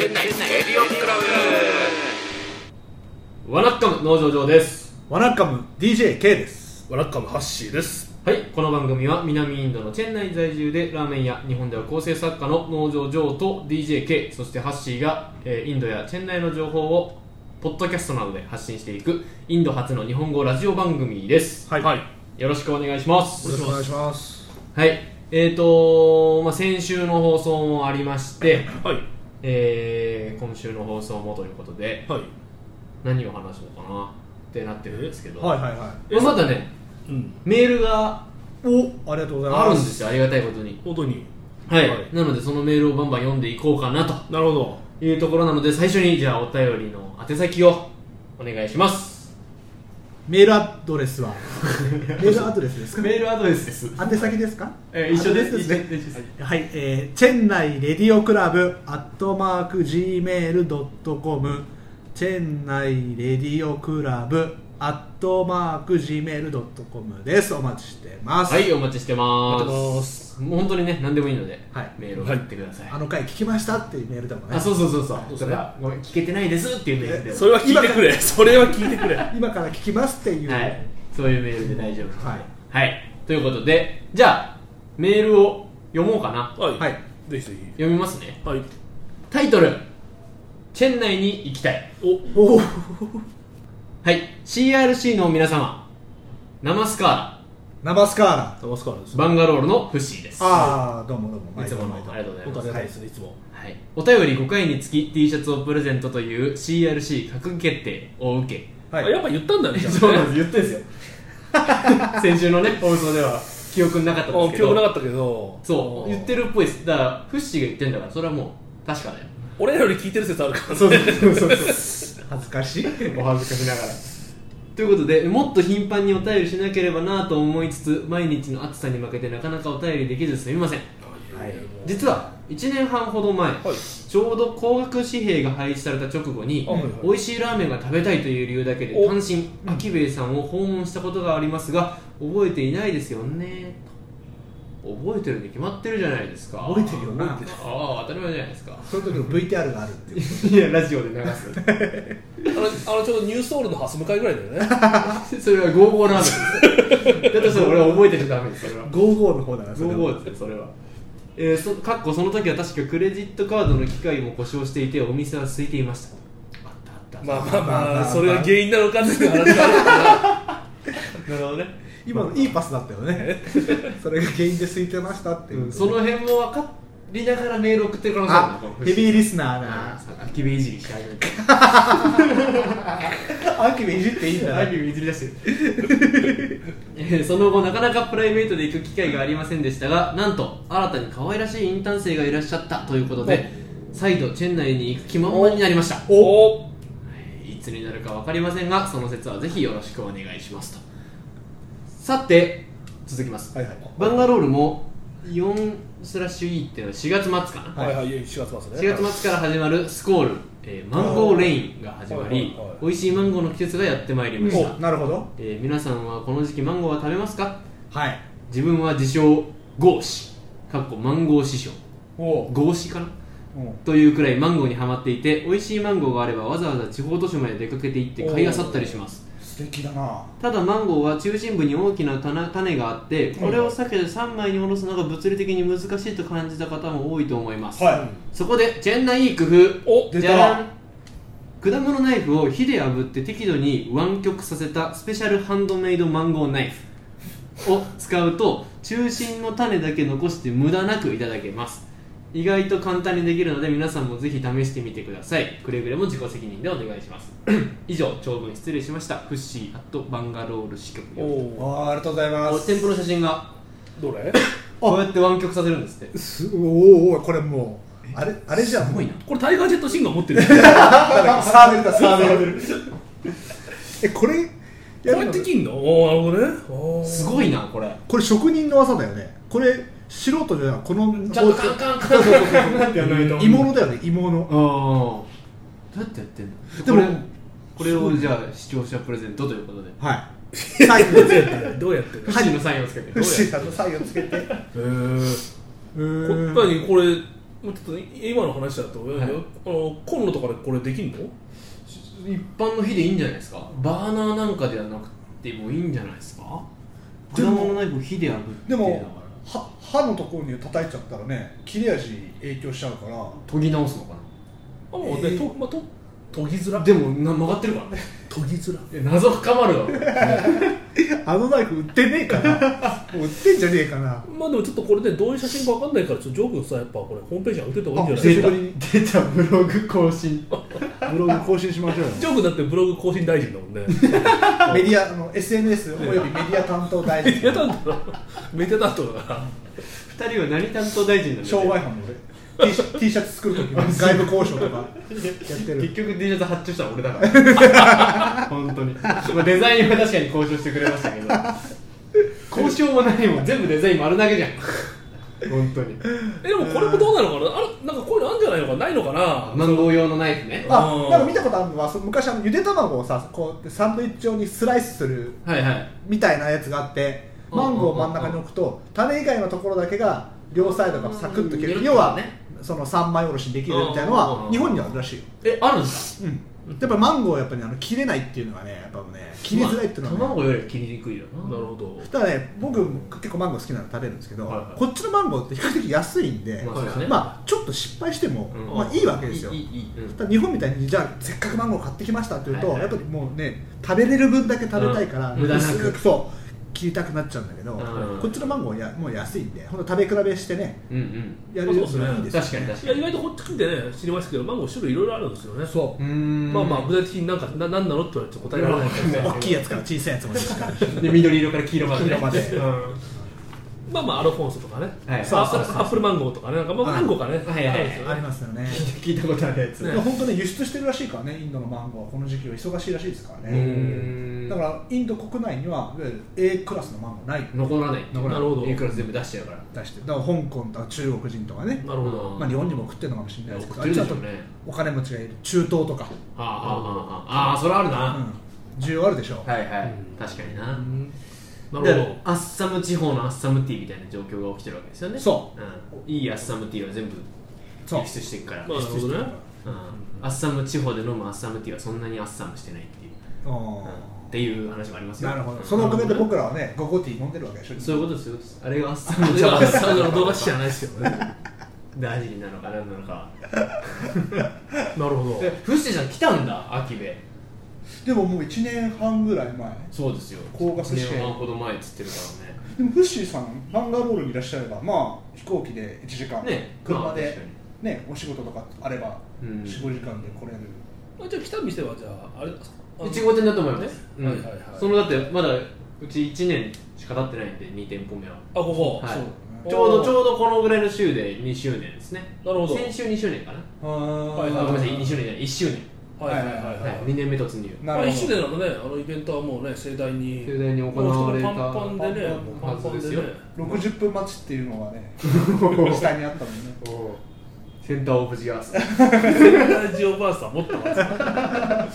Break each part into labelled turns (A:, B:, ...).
A: チェンナイレディオクラブ。
B: ワナッカム農場上です。
C: ワナッカム DJ K です。
D: ワナッカムハッシーです。
B: はい、この番組は南インドのチェンナイ在住でラーメンや日本では構成作家の農場上と DJ K、そしてハッシーが、インドやチェンナイの情報をポッドキャストなどで発信していくインド初の日本語ラジオ番組です。
C: はい、
B: よろしくお願いします。
C: よろしくお願いします。
B: はい、先週の放送もありまして、
D: はい、
B: 今週の放送もということで、
D: はい、
B: 何を話そうかなってなってるんですけど、
C: はいはいはい。
B: まだね、メールが
C: ありがとうございます。
B: あるんですよ、ありがたいことに。
D: 本当に。
B: はい、なのでそのメールをバンバン読んでいこうかなと
D: なるほど
B: いうところなので、最初にじゃあお便りの宛先をお願いします。
C: メールアドレスはメールアドレスですか？
B: メールアドレスです。
C: 宛先ですか？
B: 一緒です。
C: はい、チェンナイレディオクラブ@gmail.com チェンナイレディオクラブ@gmail.com です。お待ちしてます。
B: はい、お待ちしてま
D: 待ってます。
B: もう本当にね、何でもいいので、
C: はい、
B: メールを送ってください。
C: あの回聞きましたっていうメールでもね。
B: そうそう
D: ですね。
B: ごめん、聞けてないですっていうメールで、
D: それは聞いてくれ。それは聞いてくれ。
C: 今から聞きますっていう、
B: はい、そういうメールで大丈夫です。
C: はい、
B: はい、ということで、じゃあメールを読もうかな。
D: はい、
C: はい、
D: ぜひぜひ
B: 読みますね。
D: はい。
B: タイトル、チェンナイに行きたい。
C: お
B: はい、CRC の皆様、ナマスカーラ、
C: ナマスカーラ、
D: ナマスカーラです。
B: バンガロールのフッシーです。
C: ああ、どうもどうも。
B: いつものありがとうございます。
D: 本当ありがたいですね、いつも。
B: はい、お便り5回につき T シャツをプレゼントという CRC 閣議決定を受け、
C: はい、
D: やっぱ言ったんだね。
B: そうなんです、言ってんですよ先週のね、放送では記憶なかったんですけど、
D: 記憶なかったけど、
B: そう言ってるっぽいです。だからフッシーが言ってんだから、それはもう確かだよ。
D: 俺らより聞いてる説あるからね。
B: そう
C: 恥ずかしい
B: お恥ずかしながら。ということで、もっと頻繁にお便りしなければなと思いつつ、毎日の暑さに負けてなかなかお便りできずすみません。
C: はい、
B: 実は1年半ほど前、
D: はい、
B: ちょうど高額紙幣が配置された直後に、美味しいラーメンが食べたいという理由だけで単身秋兵衛さんを訪問したことがありますが、覚えていないですよね。覚えてるに決まってるじゃないですか。
C: 覚えてるよな。
B: ああ、当たり前じゃないですか。
C: その時の VTR があるっていう
B: いや、ラジオで流す
D: ちょうどニュースオールのハス向かいぐらいだよね。
B: それはゴーゴーラーメンですだとしたら俺は覚えてちゃダメです。それは
C: 55の方だな。
B: 55ですよ、それは。その時は確かクレジットカードの機械も故障していて、お店は空いていました。あった
D: まあそれが原因なのかっていう話がある
B: なるほどね。
C: 今のいいパスだったよねそれが原因で空いてましたっていう、
B: その辺も分かりながらメール送ってる可能性ある。
C: ヘビーリスナーな。
B: 秋兵衛いじりし始めて
C: 秋兵衛いじっていいんだね。
B: 秋兵衛いじり出してるその後なかなかプライベートで行く機会がありませんでしたが、なんと新たに可愛らしいインターン生がいらっしゃったということで、再度チェンナイに行く気満々になりました。いつになるか分かりませんが、その説はぜひよろしくお願いしますと。さて続きます、はいはい、バンガロールも 4/E っていうのは4月末かな、
D: はいはい、4月末ね。
B: 4月末から始まるスコール、マンゴーレインが始まり、美味しいマンゴーの季節がやってまいりました。
C: なるほど、
B: 皆さんはこの時期マンゴーは食べますか？
C: はい。
B: 自分は自称ゴーシマンゴー師匠、ゴーシかなというくらいマンゴーにハマっていて、美味しいマンゴーがあればわざわざ地方都市まで出かけて行って買い漁ったりします。
C: 素敵だな。た
B: だマンゴーは中心部に大きな種があって、これを避けて3枚におろすのが物理的に難しいと感じた方も多いと思います、はい、そこでチェンナイ工夫、じゃらん、果物ナイフを火で炙って適度に湾曲させたスペシャルハンドメイドマンゴーナイフを使うと、中心の種だけ残して無駄なくいただけます。意外と簡単にできるので皆さんもぜひ試してみてください。くれぐれも自己責任でお願いします以上、長文失礼しました。フッシーバンガロール支局。
C: ありがとうございます。
B: 店舗の写真が
D: どれ
B: こうやって湾曲させるんですって。
C: おこれもうあれじゃん。
B: すごいな。
D: これタイガージェットシンが持ってるサ
C: ーベルだこれ
D: こうやって切んの？なるほどね。
B: すごいな。これ
C: 職人の技だよね。これ素人じゃこの
B: ちゃんとカンカンカンってやらないと。
C: 鋳物だよね、鋳物。
B: どうやってやってんの？でもこれをじゃあ視聴者プレゼントということで、
C: はい、サインをつけて
D: どうやって
B: フッシーのサインをつけて、
C: フッシーさんのサインをつけて
D: これもうちょっと今の話だと、コンロとかでこれできんの？
B: 一般の火でいいんじゃないですか。バーナーなんかではなくてもいいんじゃないですか。果物ナイフを火で炙って。
A: でも刃のところに叩いちゃったらね、切れ味影響しちゃうから
B: 研ぎ直すのかな。
D: もうね、研ぎづら。
B: でも曲がってるからね。
D: 研ぎづら。
B: 謎深まるわ。
C: あのナイフ売ってねえかな売ってんじゃねえかな。
D: まあでもちょっとこれね、どういう写真かわかんないから、ちょっとジョー君さ、やっぱこれホームページに上げてた方がいいんじゃないですか。
B: 出たブログ更新。
A: ブログ更新しましょうよ。
D: ジョー君だってブログ更新大臣だもんね。
A: メディアSNS およびメディア担当大臣。
D: メディア担当だから。
B: 2人は何担当大臣なんだ。
A: 商売班の俺。T シャツ作るときは外部交渉とかやってる。
B: 結局 T シャツ発注したの俺だから本当に。まあデザインは確かに交渉してくれましたけど、交渉も何も全部デザイン丸投げじゃん本当に。
D: でもこれもどうなのかな、なんかこういうのあるんじゃないのか、ないのかな。
B: マンゴー用のナイフね。
A: なんか見たことあるのは、昔ゆで卵をさ、こうサンドイッチ状にスライスするみたいなやつがあって、マンゴーを真ん中に置くと種以外のところだけが両サイドがサクッと切れる。要はその3枚おろしにできるみたいなのは日本にはあるらしいよ。
B: あるんですか。
A: やっぱマンゴーはやっぱり切れないっていうのはね、やっぱね切りづらいっていうのはね、
B: 卵より切りにくいよな。
D: なるほど。
A: ただね、僕結構マンゴー好きなの食べるんですけど、こっちのマンゴーって比較的安いんで、まあちょっと失敗してもまあいいわけですよ。ただ日本みたいにじゃあせっかくマンゴー買ってきましたっていうと、やっぱりもうね食べれる分だけ食べたいから薄くそう切りたくなっちゃうんだけど、こっちのマンゴーはもう安いんで、ほんと食べ比べしてね、やるようにいいですよ。
B: 確かに確かに。
D: 意外とこっち来てね知りましたけど、マンゴー種類いろいろあるんですよね。
A: そう。
D: まあ具体的になんなのって言われて答えられないけど、
A: 大きいやつから小さいやつまでしか
B: で緑色から黄色までね。
D: まあアルフォンソとかね、アップルマンゴーとかね、なんか何個かね
A: ありますよね。
B: 聞いたことあるやつ。
A: 本当ね輸出してるらしいからね、インドのマンゴーはこの時期は忙しいらしいですからね。だからインド国内にはいわゆる A クラスのマンゴーない。
B: 残らない。
D: なるほど。
B: A クラス全部出しちゃうから。
A: 出して。だから香港とか中国人とかね。
D: なるほど。
A: まあ日本にも食ってるのかもしれないですけど、
B: ちゃんと
A: お金持ちがいる中東とか。
B: ああそれあるな。
A: 需要あるでしょ。
B: はいはい。確かにな。
D: なるほど。
B: アッサム地方のアッサムティーみたいな状況が起きてるわけですよね。
A: そう。
B: いいアッサムティーは全部輸出していくから。
D: なるほどね。
B: アッサム地方で飲むアッサムティーはそんなにアッサムしてないっていう話もありますよ。
A: なるほど。そのおかげで僕らはねゴゴティー飲んでるわけでしょ。
B: そういうことですよ。あれがアッサム
D: 茶。アッサムの動画知らないですよね。
B: ダージリンなのか何なのか。
D: なるほど。
B: フッシーさん来たんだ秋部。
A: でももう1年半ぐらい前。
B: そうですよ。
A: 高額試験。
B: 1年半ほど前っつってるからね。
A: でもフッシーさんバンガロールにいらっしゃれば、まあ飛行機で1時間、車でねお仕事とかあれば4、5時間で来れる。
D: じゃあ来た店はじゃああれですか。
B: 1号店だと思います。
D: はい
B: そのだってまだうち1年しか経ってないんで2店舗目は。
D: ここ。
B: はい。ちょうどこのぐらいの週で2周年ですね。
D: なるほど。
B: 先週2周年かな。ごめんなさい2周年じゃない1周年。2年目突入。
D: 1周年のねイベントはもうね盛大に
B: 行われた
D: パンパンでね
B: パンパンですよ。
A: 60分待ちっていうのがね下にあったもんね。
B: センターオブジアース。セン
D: タージオバースは持ったわ。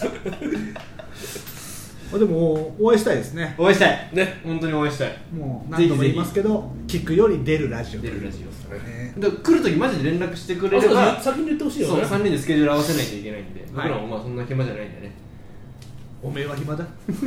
A: でもお会いしたいですね。
B: お会いしたいね。本当にお会いしたい。
A: もう何度も言いますけど、聞くより出るラジオ。
B: 出るラジオ。だから来る時マジで連絡してくれれば。
D: 先に言ってほしいよね。
B: そう3人でスケジュール合わせないといけないんで。僕らもまあそんな暇じゃないんでね。
A: おめえは暇だ。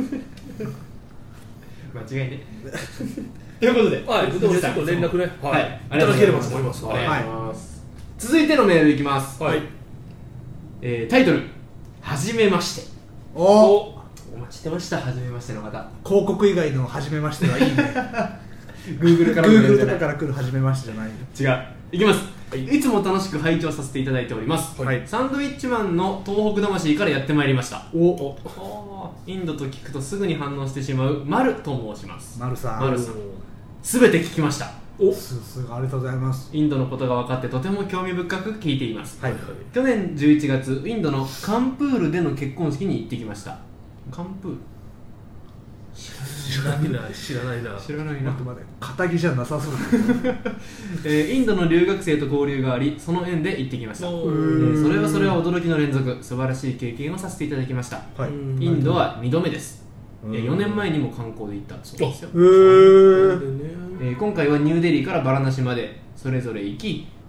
B: 間違いね。ということで、
D: でもちょっと連絡ね。
B: はい。
D: いただければと思います。
B: はい。続いてのメールいきます。
D: はい。
B: タイトルはじめまして。お待ちしてました。はじめましての方。
A: 広告以外のはじめましてはいいね。
B: Google
A: とかから来るはじめましてじゃない。
B: 違う。いきます。いつも楽しく拝聴させていただいております。サンドウィッチマンの東北魂からやってまいりました。インドと聞くとすぐに反応してしまうマルと申します。
A: マルさん。
B: すべて聞きました。
A: ありがとうございます。
B: インドのことが分かってとても興味深く聞いています。去年11月インドのカンプールでの結婚式に行ってきました。カンプール
D: 知らないな。
A: 肩着じゃなさそうだ。
B: インドの留学生と交流があり、その縁で行ってきました。それは驚きの連続、素晴らしい経験をさせていただきました。インドは2度目です。4年前にも観光で行ったそうですよ。今回はニューデリーからバラナシまでそれぞれ行き、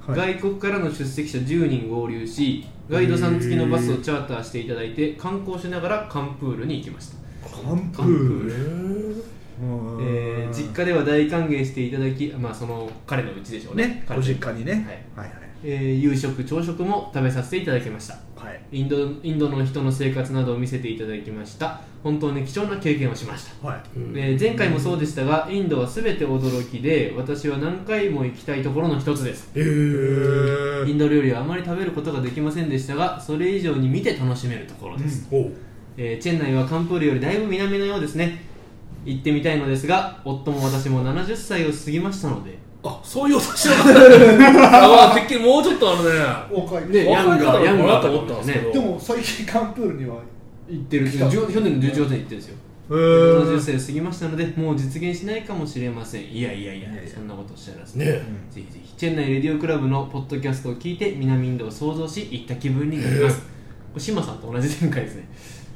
B: 外国からの出席者10人合流し、ガイドさん付きのバスをチャーターしていただいて観光しながらカンプールに行きました。
A: カンプール、
B: 実家では大歓迎していただき、その彼の家でしょうね、
A: ご実家にね、
B: 夕食朝食も食べさせていただきました。インドの人の生活などを見せていただきました。本当に貴重な経験をしました。前回もそうでしたが、インドは全て驚きで、私は何回も行きたいところの一つです。インド料理はあまり食べることができませんでしたが、それ以上に見て楽しめるところです。チェンナイはカンプールよりだいぶ南のようですね。行ってみたいのですが、夫も私も70歳を過ぎましたので。
D: そういうお年なんだ。てっきりもうちょっと
A: 若い
B: ヤングだと思ったんですね。
A: でも最近カンプールには
B: 行ってる。去年の11月に行ってるんですよ。70歳を過ぎましたので、もう実現しないかもしれません。いやそんなことおっしゃいますね。ぜひぜひチェンナイレディオクラブのポッドキャストを聞いて南インドを想像し行った気分になります。志麻さんと同じ展開ですね。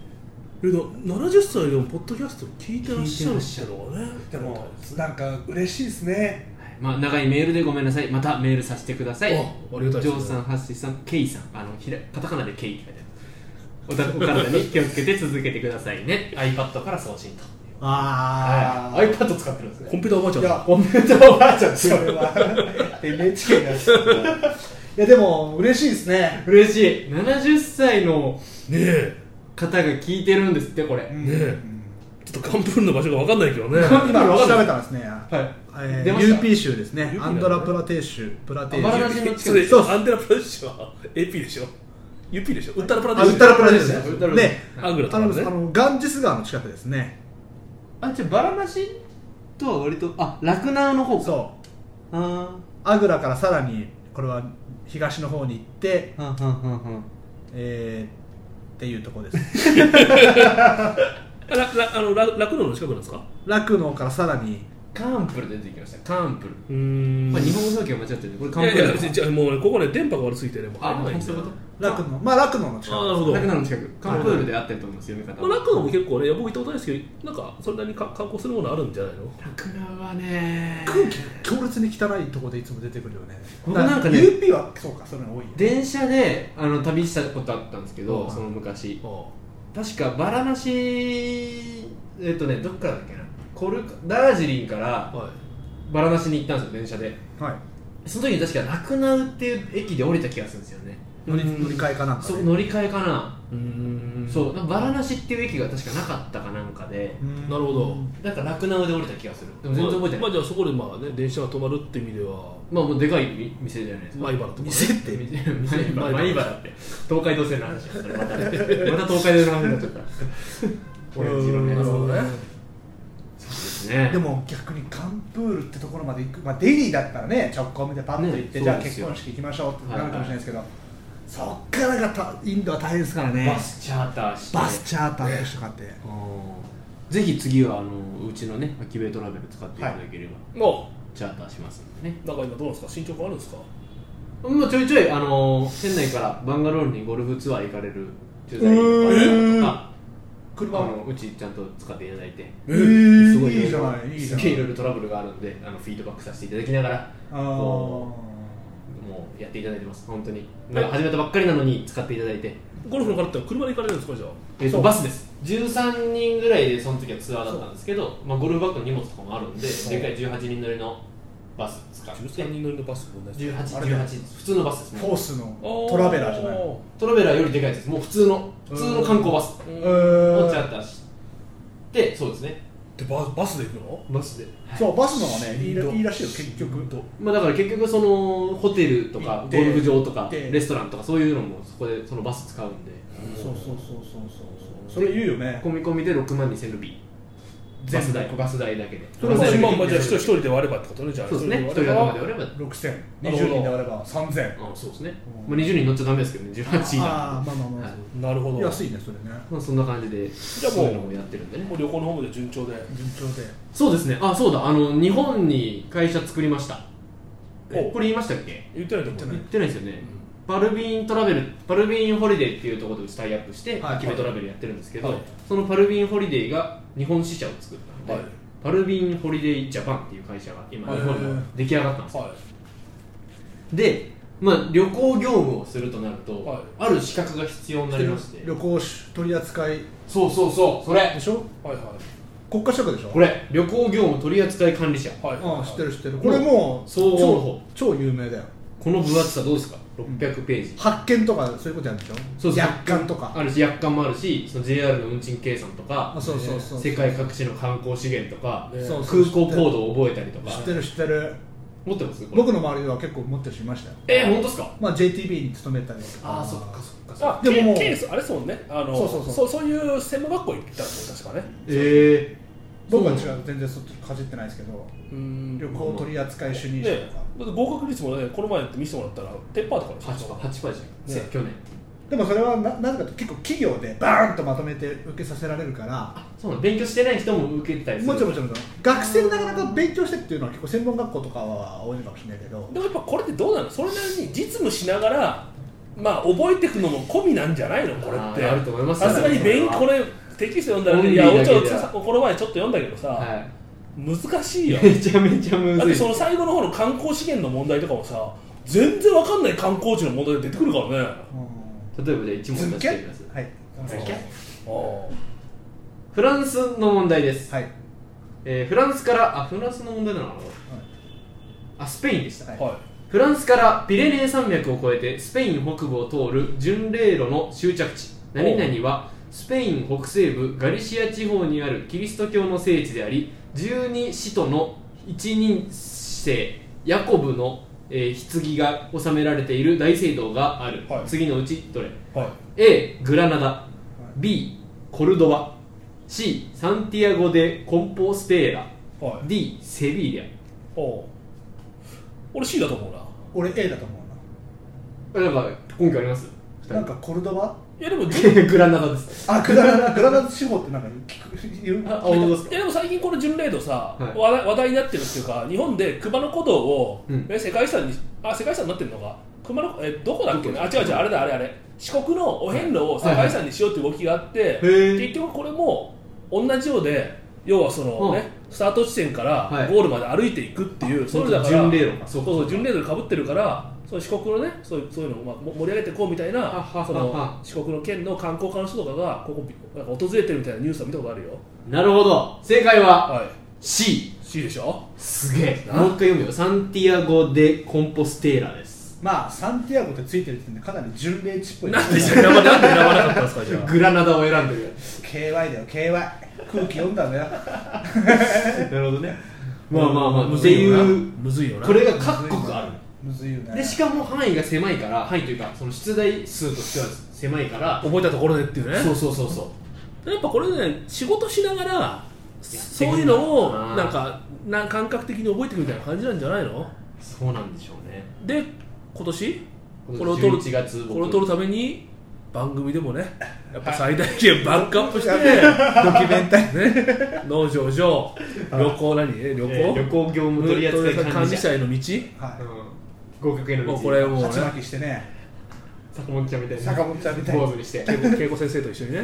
D: 70歳でもポッドキャスト聞いてらっしゃるのがね。
A: でもなんか嬉しいですね。
B: 長いメールでごめんなさい。またメールさせてください。
D: ありがたいですね。
B: ジョーさん、ハッシーさん、ケイさん、カタカナでケイって書いてある。お体に気をつけて続けてくださいね。iPad から送信と。iPad 使ってるんですね。
D: コンピューターおばあちゃん。
A: いや、コンピューターおばあちゃん、それは NHK のやつ。いやでも嬉しいですね。
B: 嬉しい。70歳の方が聞いてるんですって、これ。
D: ちょっとカンプールの場所が分かんないけどね。
A: 今調べたんですね。UP 州ですね。
D: UP
A: アンドラプラテーシュ。
B: バラナシの近く。
D: そう、アンドラプラテーシュは AP でしょ。UP でしょ。ウッタラプラテーシュ。
A: ウッタラプラテーシュ
D: ね。アングラとかね。
A: ガンジス川の近くですね。
B: じゃあバラナシとは割とラクナウの方か。
A: そう。アグラからさらにこれは東の方に行ってっていうところです。
D: ラクノーの近くなんですか？
A: ラクノーからさらに
B: カンプルで出てきました。カンプル。日本語表記が間違ってる。これカンプル。
D: じゃあもうここね電波が悪すぎてね、もう入らないんだよ。
A: ラクノー、ラクノーの近く。
D: なるほど。
B: ラクノーの近く。カンプールで合ってると思います。読み方。
D: ラクノーも結構ね、僕行ったことないですけど、なんかそれなりに観光するものあるんじゃないの？
B: ラクノーはね、
A: 空気強烈に汚いところでいつも出てくるよね。
B: 僕なんかね、
A: UP はそうか、それが多い。
B: 電車で旅したことあったんですけど、その昔。確かバラナシどっからだっけな、ダージリンからバラナシに行ったんですよ、電車で。その時に確かラクナウっていう駅で降りた気がするんですよね。
A: 乗り換えかなんか、ね、
B: そう乗り換えかな。そうバラナシっていう駅が確かなかったかなんかで。
D: なるほど。
B: だからラクナウで降りた気がする。でも全然覚えてない。
D: じゃあそこで電車が止まるって意味では
B: もうでかい店じゃないですか。
D: マイバラとか、ね、
B: 店ってマイバラって東海道線の話それまた東海道の話になっちゃった。
D: なるほどね。
A: でも逆にカンプールってところまで行く、デリーだったらね、直行でパッと行って、じゃあ結婚式行きましょうってなるかもしれないですけど、そっからがインドは大変ですからね。
B: バスチャーターして、
A: バスチャーターとかって、
B: ぜひ次はうちのねアキベイトラベル使っていただければ、チャーターしますんでね。
D: なんか今どうですか、進捗あるんですか？
B: ちょいちょい県内からバンガロールにゴルフツアー行かれる駐在員とか、うちちゃんと使っていただいて、
A: すごいいいじゃない、
B: すげえいろいろトラブルがあるんでフィードバックさせていただきながらもうやっていただいてます。本当に始めたばっかりなのに使っていただいて。
D: ゴルフの方って車で行かれるんですか？じゃあ
B: バスです。13人ぐらいでその時はツアーだったんですけど、ゴルフバッグの荷物とかもあるんで、でかい18人乗りのバス使って
D: 13人乗りのバスもね、
B: 18普通のバスです。
A: フォースのトラベラーじゃない、
B: トラベラーよりでかいやつです。もう普通の観光バスをチャーターして、そうですね。
D: でバスで行くの？
B: バスで、
A: そうバスのはねいいらしいよ結局。
B: だから結局そのホテルとかゴルフ場とかレストランとかそういうのもそこでそのバス使うんで。
A: そうそれ言うよね。
B: 込み込みで6万2000ルピーバス代だけで。
D: それもじゃあ一人で割ればってことね。じゃあ
B: そうですね、1人頭で割れば
A: 6000、20人で割れば3000。
B: そうですね。20人乗っちゃダメですけどね、18位だ。
D: なるほど。
A: 安いねそれね。
B: そんな感じで
D: じゃあもう
B: やってるんでね。
D: もう旅行の方で順調で。
B: そうですね。そうだ、日本に会社作りました。これ言いましたっけ？
D: 言ってないと思う。
B: 言ってないですよね。パルビーンホリデーっていうところとタイアップしてアキベトラベルやってるんですけど、そのパルビーンホリデーが日本支社を作ったので、パルビーンホリデージャパンっていう会社が今日本に出来上がったんですよ。でまあ、旅行業務をするとなると、はい、ある資格が必要になりまして、
A: 旅行取扱い、
B: そうそれ
A: でしょ、はいはい、国家資格でしょ、
B: これ旅行業務取扱管理者、
A: はいはいはい、知ってる、これもう超有名だよ。
B: この分厚さどうですか、600ページ、
A: 発見とかそういうことやるんでしょ、そう約款とか
B: あるし、約款もあるし、その JR の運賃計算とか、
A: そう
B: 世界各地の観光資源とか、空港コードを覚えたりとか、
A: 知ってる
B: 持ってます？
A: 僕の周りでは結構持ってる人いましたよ。
B: 本当ですか？
A: まあ JTB に勤めたりと
B: か。そっか。
D: でももうケースあれですもんね。そういう専門学校行ったら確か
A: ね。僕は違う、全然そっちかじってないですけど、旅行取扱主任者とか。
D: 合格率もね、この前見せてもらったらテッパーとかで
B: 8%じゃん。去年。
A: でもそれはなぜかと結構企業でバーンとまとめて受けさせられるから、
B: そう勉強してない人も受けたりする。
A: もちろん学生なかなか勉強してっていうのは結構専門学校とかは多いのかもしれないけど、
D: でもやっぱこれってどうなの、それなりに実務しながらまあ覚えていくのも込みなんじゃないの、これって。
B: あると思います。
D: さすがにこれテキスト読んだらね、いやこの前ちょっと読んだけどさ、難しいよ。
B: めちゃめちゃむずい。
D: だってその最後の方の観光資源の問題とかもさ、全然わかんない観光地の問題が出てくるからね。
B: 例えばじゃあ1問出してみます。
A: はい。
B: フランスの問題です。
A: はい。
B: フランスの問題なのかな。スペインでした。
D: はい。
B: フランスからピレネー山脈を越えてスペイン北部を通る巡礼路の終着地何々はスペイン北西部ガリシア地方にあるキリスト教の聖地であり、12使徒の一人生ヤコブの棺が収められている大聖堂がある、はい、次のうちどれ、
D: はい、
B: A グラナダ、B コルドバ、 C サンティアゴ・デ・コンポステーラ、はい、D セビリア。
D: 俺 C だと思うな。
A: 俺 A だと思うな。
B: なんか根拠あります？
A: なんかコルドバ、
B: いやでもグラナダです。
A: グラナダ地方ってなんか言う。
D: いやでも最近この巡礼道さ、話題になってるっていうか、日本で熊野古道を、世界遺産になってるのが熊野どこだっけね。違うあれだあれ四国のお遍路を世界遺産にしようっていう動きがあって、結局これも同じようで、要はそのね、スタート地点からゴールまで歩いていくっていう、それだから
B: 巡礼路か、
D: そう巡礼路でかぶってるから、その四国のね、そういうのを盛り上げていこうみたいな、その四国の県の観光家の人とかがここなんか訪れてるみたいなニュースは見たことあるよ。
B: なるほど、正解は C
D: でしょ。
B: すげえ。もう一回読むよ。サンティアゴ・デ・コンポステーラです。
A: まあサンティアゴってついてるってかなり巡礼地っぽい。
D: なんで選ばなかったんですか。じゃあ
B: グラナダを選んでる。
A: KY だよ KY 空気読んだんだよ。
B: なるほどね。まあっていう
D: むずいよな。
B: これが各国ある。
A: むずいよね。
B: でしかも範囲が狭いから、範囲というかその出題数としては狭いから
D: 覚えたところでっていうね。
B: そう
D: やっぱこれね、仕事しながらそういうのをなんか感覚的に覚えていくみたいな感じなんじゃないの。
B: そうなんでしょうね。
D: で今年これを取るために番組でもね、やっぱ最大限バックアップしてドキュメンタリーね、農場上旅行
B: 旅行業務取扱
D: 管理者への道、
B: 合格への道、
A: これをもう鉢巻きしてね、
B: 坂本ちゃんみたいに
A: 坊
B: 主にして
D: 恵子先生と一緒にね。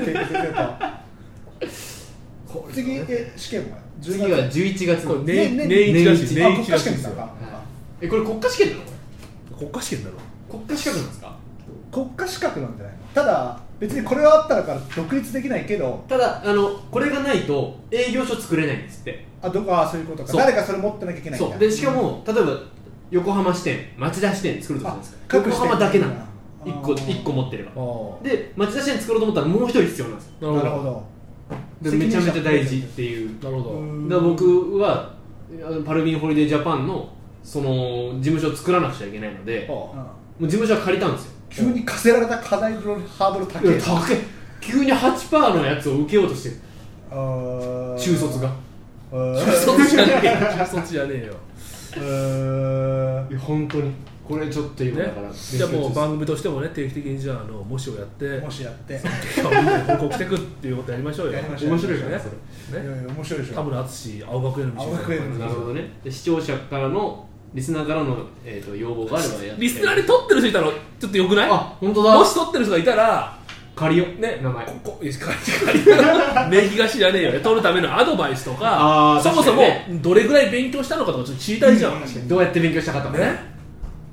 A: 次試験は
B: 次は11月の
D: 年一らしい。
A: 国家試験ですか。
B: これ国家試験なの？
D: 国家試験だろ。
B: 国家資格なんですか？
A: 国家資格なんじゃないの。ただ別にこれがあったらから独立できないけど、
B: ただこれがないと営業所作れないんですって。
A: そういうことか。誰かそれ持ってなきゃいけないんだ。
B: そうで、しかも例えば横浜支店、町田支店作るとするんですか。横浜だけなの。1個持ってれば。で町田支店作ろうと思ったらもう一人必要なんですよ。
A: なるほど。
B: でめちゃめちゃ大事っていう。
D: なるほど。
B: だから僕はパルビンホリデージャパンのその事務所を作らなくちゃいけないので、もう事務所は借りたんですよ。
A: 急に課せられた課題のハードル高い。
B: 急に 8% のやつを受けようとしてる。中卒が。
D: 中卒じゃねえよ。
B: いや本当にこれちょっと今だから、
D: じゃあもう番組としてもね、定期的にじゃあ模試をやって
A: 報
D: 告していくっていうことやりましょうよ。
B: 面白いからね
A: それ。面白いでしょ。
D: 田村淳青学園の道。
B: なるほどね。視聴者からのリスナーからの要望があればやって。
D: リスナーで撮ってる人いたらちょっとよくない？
B: あ、本当だ。
D: もし撮ってる人がいたら
B: 借りよ
D: ね、
B: 名前
D: 名義が知らねえよね。取るためのアドバイスとか、そもそもどれぐらい勉強したのかとかちょっと知りたいじゃん。
B: どうやって勉強したかとかね。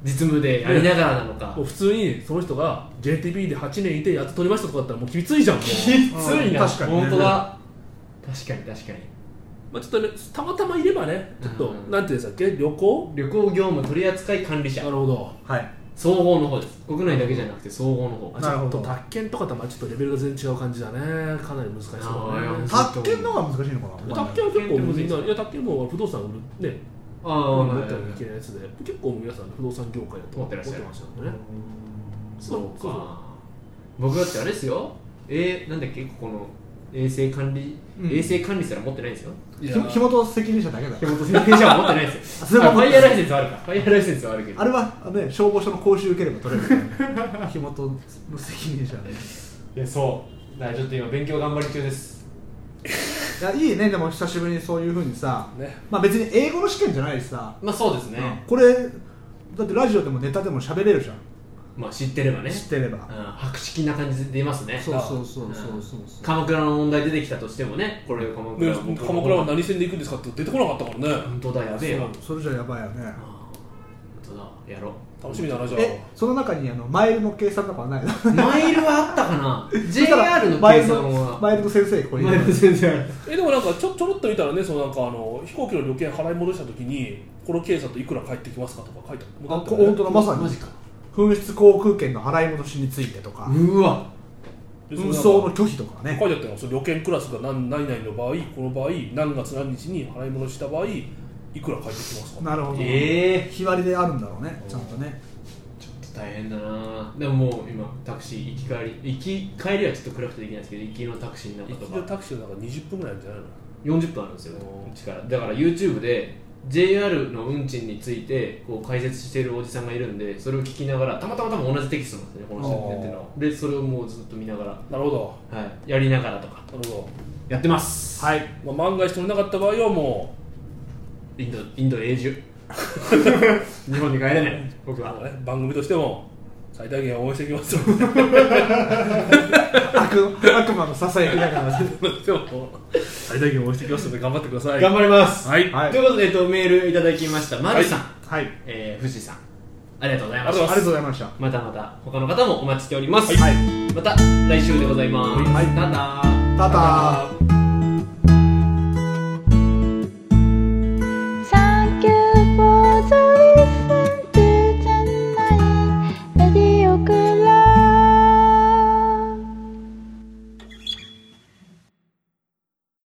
B: 実務でやりながらなのか、
D: もう普通にその人が JTB で8年いてやっと取りましたとかだったらもうきついじゃん。もう
B: きついな、
A: 確かにね、
B: 本当だ、確かに確かに。
D: まあ、ちょっとね、たまたまいればね、ちょっと、なんていうんですかっけ、旅行
B: 業務取扱管理者、
D: なるほど、
A: はい、
B: 総合の方です。国内だけじゃなくて総合の方。
D: なるほど。宅建とかとはちょっとレベルが全然違う感じだね。かなり難しそうだね。
A: 宅建の方が難しいのかな。
D: 宅建は結構みんな、いや宅建も不動産売るね、持ってもいけないやつで、結構皆さん不動産業界だと思ってましたよね。
B: そうか。僕だってあれですよ。なんだっけ、ここの衛生管理すら持ってないんですよ。
A: 火元責任者だけだ。
B: 火元責任者は持ってないですよ。ファイヤーライセンスはあるか。ファイヤーライセンスはあるけど。
A: あれはね、消防署の講習受ければ取れるから、火元の責任者ね。
B: いや、そう。だからちょっと今勉強頑張り中です。
A: いや、いいね。でも久しぶりにそういう風にさ、ね、まあ別に英語の試験じゃないしさ、
B: まあそうですね。
A: これだってラジオでもネタでも喋れるじゃん。
B: まあ知ってればね。
A: 知ってれば。
B: 博識な感じで出ますね。
A: そう。
B: 鎌倉の問題出てきたとしてもね、これ鎌
D: 倉は何線で行くんですかって出てこなかったからね。
B: 本当だ、やべえよ。
A: それじゃやばいよね。
B: 本当だ、やろう。
D: 楽しみだな、じゃあ。
A: その中にマイルの計算とかはないの？
B: マイルはあったかな。JR の計算は
A: マイルの先生これ。
B: マイルの先生。
D: でもなんかちょろっと見たらね、そのなんか飛行機の旅券払い戻したときにこの計算といくら返ってきますかとか書いてある。
A: 本当だ、まさに。マジか。紛失航空券の払い戻しについてとか。
B: うわ。
A: 運送の拒否とかね。
D: 書いてあったよ。その旅券クラスが何々の場合、この場合何月何日に払い戻した場合いくら返ってきますか。
A: なるほど。日割りであるんだろうね、ちゃんとね。
B: 大変だな。でももう今タクシー行き帰りはちょっと暗くてできないですけど、行きのタクシーの中とか
D: 行きのタクシーの中20分ぐらいあるんじゃないの。
B: 40分あるんですよ、うちから。だから YouTube で JR の運賃についてこう解説しているおじさんがいるんで、それを聞きながら、たまたま多分同じテキストなんですね、この人がやってるのは。でそれをもうずっと見ながら、
D: なるほど、
B: はい、やりながらとか、
D: なるほど、
B: やってます。
D: はい。まあ、万が一取れなかった場合はも
B: うインド永住日本に帰れない。僕は、
D: ね、番組としても最大限応援していきますよ
A: 悪魔のささやきながら
D: 最大限応援していきますので頑張ってください。
B: 頑張ります、
D: はい、
B: ということで、メールいただきました。マルさん、
A: はい、
B: 藤さん、ありがとうございました。
A: ありがとうございました。
B: またまた他の方もお待ちしております。
A: はい、
B: また来週でございます。
A: はい、
B: ただ
A: ただ